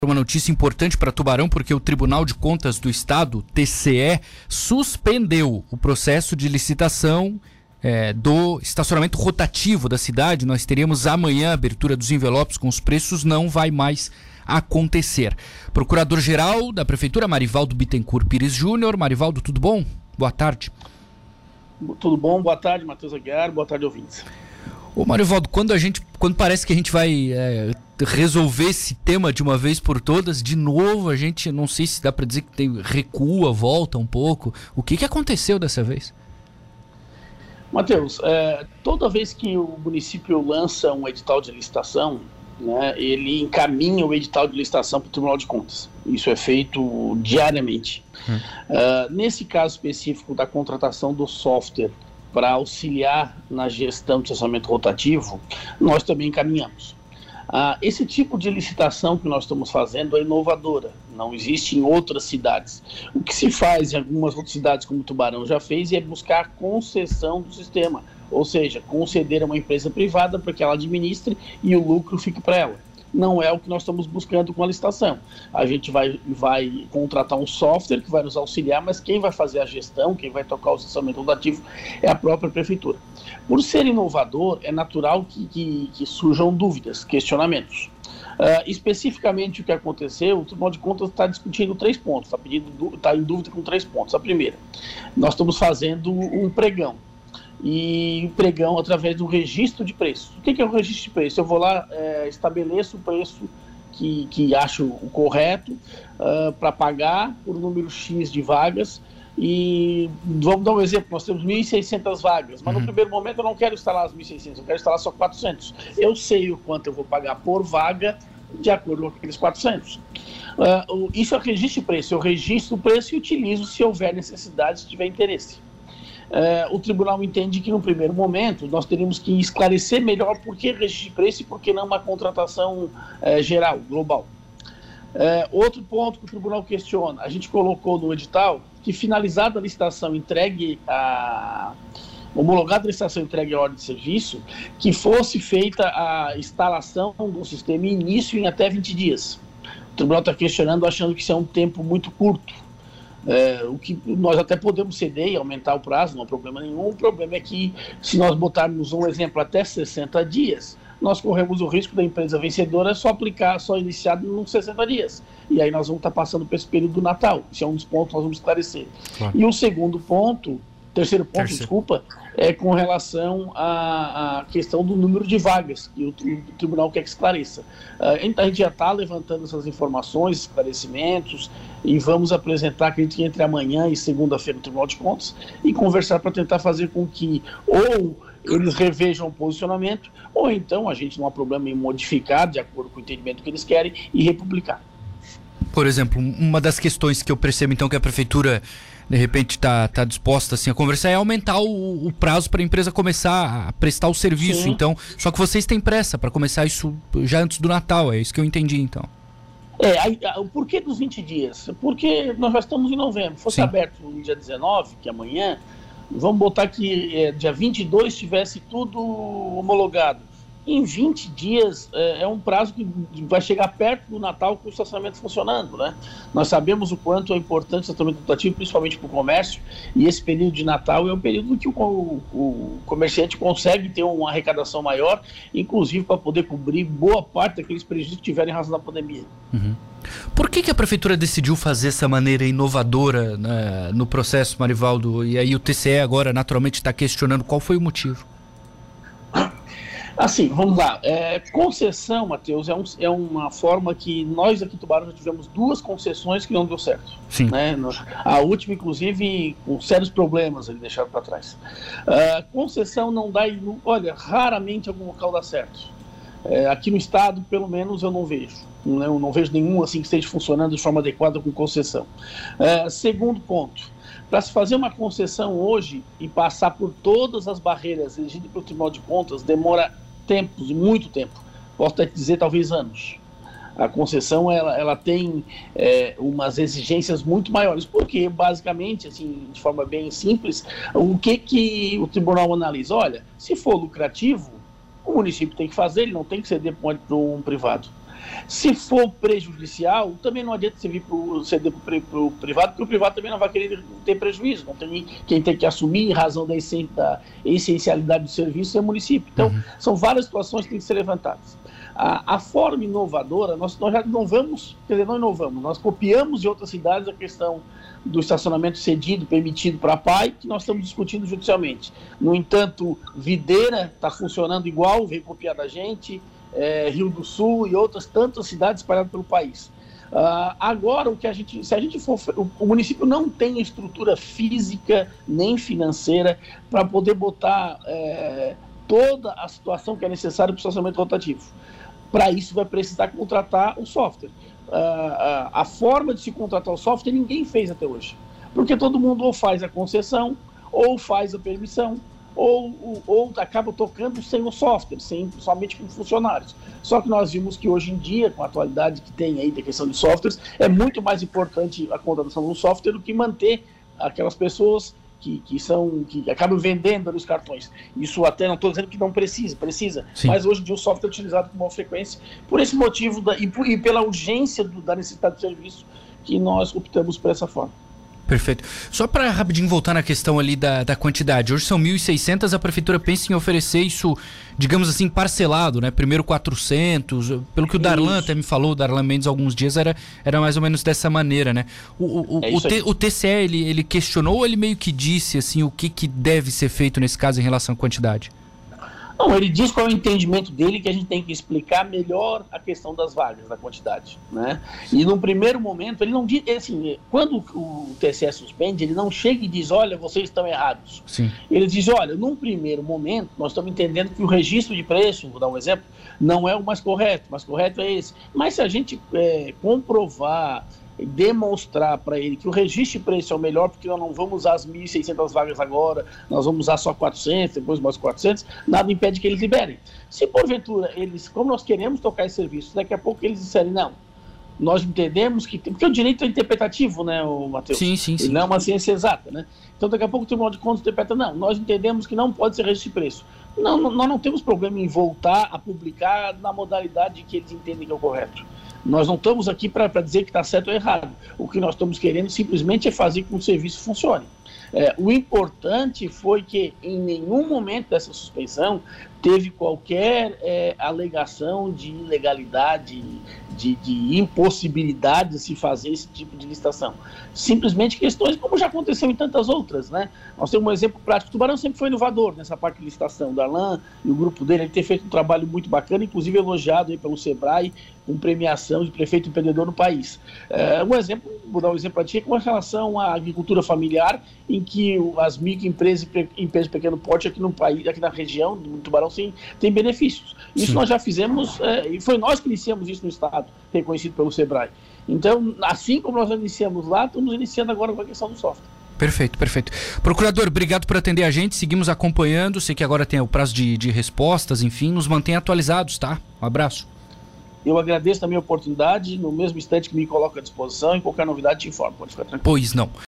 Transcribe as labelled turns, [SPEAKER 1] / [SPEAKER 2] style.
[SPEAKER 1] Uma notícia importante para Tubarão, porque o Tribunal de Contas do Estado, TCE, suspendeu o processo de licitação do estacionamento rotativo da cidade. Nós teríamos amanhã a abertura dos envelopes com os preços, não vai mais acontecer. Procurador-geral da Prefeitura, Marivaldo Bittencourt Pires Júnior. Marivaldo, tudo bom? Boa tarde.
[SPEAKER 2] Tudo bom, boa tarde, Matheus Aguiar, boa tarde, ouvintes.
[SPEAKER 1] Ô Marivaldo, quando parece que a gente vai resolver esse tema de uma vez por todas, de novo a gente, não sei se dá para dizer que recua, volta um pouco. O que aconteceu dessa vez?
[SPEAKER 2] Matheus, toda vez que o município lança um edital de licitação, né, ele encaminha o edital de licitação para o Tribunal de Contas. Isso é feito diariamente. Nesse caso específico da contratação do software para auxiliar na gestão do estacionamento rotativo, nós também encaminhamos. Esse tipo de licitação que nós estamos fazendo é inovadora, não existe em outras cidades. O que se faz em algumas outras cidades, como Tubarão já fez, é buscar a concessão do sistema, ou seja, conceder a uma empresa privada para que ela administre e o lucro fique para ela. Não é o que nós estamos buscando com a licitação. A gente vai contratar um software que vai nos auxiliar, mas quem vai fazer a gestão, quem vai tocar o estacionamento rotativo é a própria prefeitura. Por ser inovador, é natural que surjam dúvidas, questionamentos. Especificamente o que aconteceu, o Tribunal de Contas está discutindo 3 pontos, está em dúvida com 3 pontos. A primeira, nós estamos fazendo um pregão. E o pregão através do registro de preço. O que é o registro de preço? Eu vou lá, estabeleço o preço que acho o correto para pagar por um número X de vagas. E vamos dar um exemplo, nós temos 1.600 vagas, mas no primeiro momento eu não quero instalar as 1.600, eu quero instalar só 400. Eu sei o quanto eu vou pagar por vaga de acordo com aqueles 400. Isso é o registro de preço. Eu registro o preço e utilizo se houver necessidade, se tiver interesse. O tribunal entende que no primeiro momento nós teríamos que esclarecer melhor por que registro de preço e por que não uma contratação geral, global. Outro ponto que o tribunal questiona, a gente colocou no edital que finalizada a licitação homologada a licitação entregue a ordem de serviço, que fosse feita a instalação do sistema em início em até 20 dias. O tribunal está questionando, achando que isso é um tempo muito curto. O que nós até podemos ceder e aumentar o prazo, não há problema nenhum. O problema é que, se nós botarmos um exemplo até 60 dias, nós corremos o risco da empresa vencedora só iniciar nos 60 dias. E aí nós vamos estar passando por esse período do Natal. Isso é um dos pontos que nós vamos esclarecer. Claro. E o terceiro ponto, é com relação à questão do número de vagas, que o tribunal quer que esclareça. A gente já está levantando essas informações, esclarecimentos, e vamos apresentar, acredito que entre amanhã e segunda-feira no Tribunal de Contas, e conversar para tentar fazer com que ou eles revejam o posicionamento, ou então a gente não há problema em modificar, de acordo com o entendimento que eles querem, e republicar.
[SPEAKER 1] Por exemplo, uma das questões que eu percebo então que a prefeitura de repente está disposta assim, a conversar é aumentar o prazo para a empresa começar a prestar o serviço. Sim. Então, só que vocês têm pressa para começar isso já antes do Natal, é isso que eu entendi então.
[SPEAKER 2] O porquê dos 20 dias? Porque nós já estamos em novembro. Se fosse Sim. aberto no dia 19, que é amanhã, vamos botar que dia 22 tivesse tudo homologado. Em 20 dias é um prazo que vai chegar perto do Natal com o estacionamento funcionando, né? Nós sabemos o quanto é importante o estacionamento rotativo, principalmente para o comércio, e esse período de Natal é o período que o comerciante consegue ter uma arrecadação maior, inclusive para poder cobrir boa parte daqueles prejuízos que tiverem em razão da pandemia.
[SPEAKER 1] Uhum. Por que a prefeitura decidiu fazer essa maneira inovadora, né, no processo, Marivaldo? E aí o TCE agora naturalmente está questionando qual foi o motivo?
[SPEAKER 2] Assim, vamos lá. Concessão, Matheus, é uma forma que nós aqui em Tubarão já tivemos 2 concessões que não deu certo.
[SPEAKER 1] Sim.
[SPEAKER 2] Né? A última, inclusive, com sérios problemas eles deixaram para trás. Concessão não dá, olha, raramente algum local dá certo. Aqui no estado, pelo menos, eu não vejo. Né? Eu não vejo nenhum assim que esteja funcionando de forma adequada com concessão. Segundo ponto. Para se fazer uma concessão hoje e passar por todas as barreiras exigidas pelo Tribunal de Contas, demora tempos, muito tempo. Posso até dizer, talvez anos. A concessão ela tem umas exigências muito maiores, porque, basicamente, assim, de forma bem simples, o que o tribunal analisa? Olha, se for lucrativo, o município tem que fazer, ele não tem que ceder para um privado. Se for prejudicial, também não adianta você vir ceder para o privado, porque o privado também não vai querer ter prejuízo. Não tem quem tem que assumir em razão da essencialidade do serviço é o município. Então, são várias situações que têm que ser levantadas. A forma inovadora, nós já inovamos, quer dizer, não inovamos, nós copiamos de outras cidades a questão do estacionamento cedido, permitido para pai, que nós estamos discutindo judicialmente. No entanto, Videira está funcionando igual, veio copiar da gente, Rio do Sul e outras tantas cidades espalhadas pelo país. Agora, se a gente for, o município não tem estrutura física nem financeira para poder botar toda a situação que é necessária para o estacionamento rotativo. Para isso vai precisar contratar o software. A forma de se contratar o software ninguém fez até hoje, porque todo mundo ou faz a concessão, ou faz a permissão, ou acaba tocando sem o software, somente com funcionários. Só que nós vimos que hoje em dia, com a atualidade que tem aí da questão de softwares, é muito mais importante a contratação do software do que manter aquelas pessoas que acabam vendendo os cartões. Isso até não estou dizendo que não precisa, sim, mas hoje em dia o software é utilizado com maior frequência por esse motivo e pela urgência da necessidade do serviço que nós optamos por essa forma.
[SPEAKER 1] Perfeito. Só para rapidinho voltar na questão ali da quantidade. Hoje são 1.600, a prefeitura pensa em oferecer isso, digamos assim, parcelado, né? Primeiro 400, pelo que o Darlan até me falou, o Darlan Mendes, alguns dias era mais ou menos dessa maneira, né? O TCE, ele questionou ou ele meio que disse, assim, o que deve ser feito nesse caso em relação à quantidade?
[SPEAKER 2] Não, ele diz qual é o entendimento dele, que a gente tem que explicar melhor a questão das vagas, da quantidade, né? E num primeiro momento, ele não diz, assim, quando o TSE suspende, ele não chega e diz, olha, vocês estão errados.
[SPEAKER 1] Sim.
[SPEAKER 2] Ele diz, olha, num primeiro momento, nós estamos entendendo que o registro de preço, vou dar um exemplo, não é o mais correto é esse. Mas se a gente comprovar, demonstrar para ele que o registro de preço é o melhor, porque nós não vamos usar as 1.600 vagas agora, nós vamos usar só 400, depois mais 400, nada impede que eles liberem. Se porventura como nós queremos tocar esse serviço, daqui a pouco eles disserem, não, nós entendemos que porque o direito é interpretativo, né, Matheus?
[SPEAKER 1] Sim.
[SPEAKER 2] Ele não é uma ciência exata, né? Então daqui a pouco o Tribunal de Contas interpreta, não, nós entendemos que não pode ser registro de preço. Nós não temos problema em voltar a publicar na modalidade que eles entendem que é o correto. Nós não estamos aqui para dizer que está certo ou errado. O que nós estamos querendo simplesmente é fazer com que o serviço funcione. O importante foi que em nenhum momento dessa suspensão teve qualquer alegação de ilegalidade, de impossibilidade de se fazer esse tipo de licitação. Simplesmente questões como já aconteceu em tantas outras, né? Nós temos um exemplo prático. O Tubarão sempre foi inovador nessa parte de licitação. O Darlan e o grupo dele, ele tem feito um trabalho muito bacana, inclusive elogiado aí pelo Sebrae, com premiação de prefeito empreendedor no país. Vou dar um exemplo para ti, com relação à agricultura familiar, em que as microempresas e empresas de pequeno porte aqui no país, aqui na região do Tubarão, sim, tem benefícios. Isso nós já fizemos, e foi nós que iniciamos isso no Estado, reconhecido pelo Sebrae. Então, assim como nós iniciamos lá, estamos iniciando agora com a questão do software.
[SPEAKER 1] Perfeito. Procurador, obrigado por atender a gente, seguimos acompanhando, sei que agora tem o prazo de respostas, enfim, nos mantém atualizados, tá? Um abraço.
[SPEAKER 2] Eu agradeço também a oportunidade, no mesmo instante que me coloco à disposição, e qualquer novidade te informo, pode ficar tranquilo.
[SPEAKER 1] Pois não.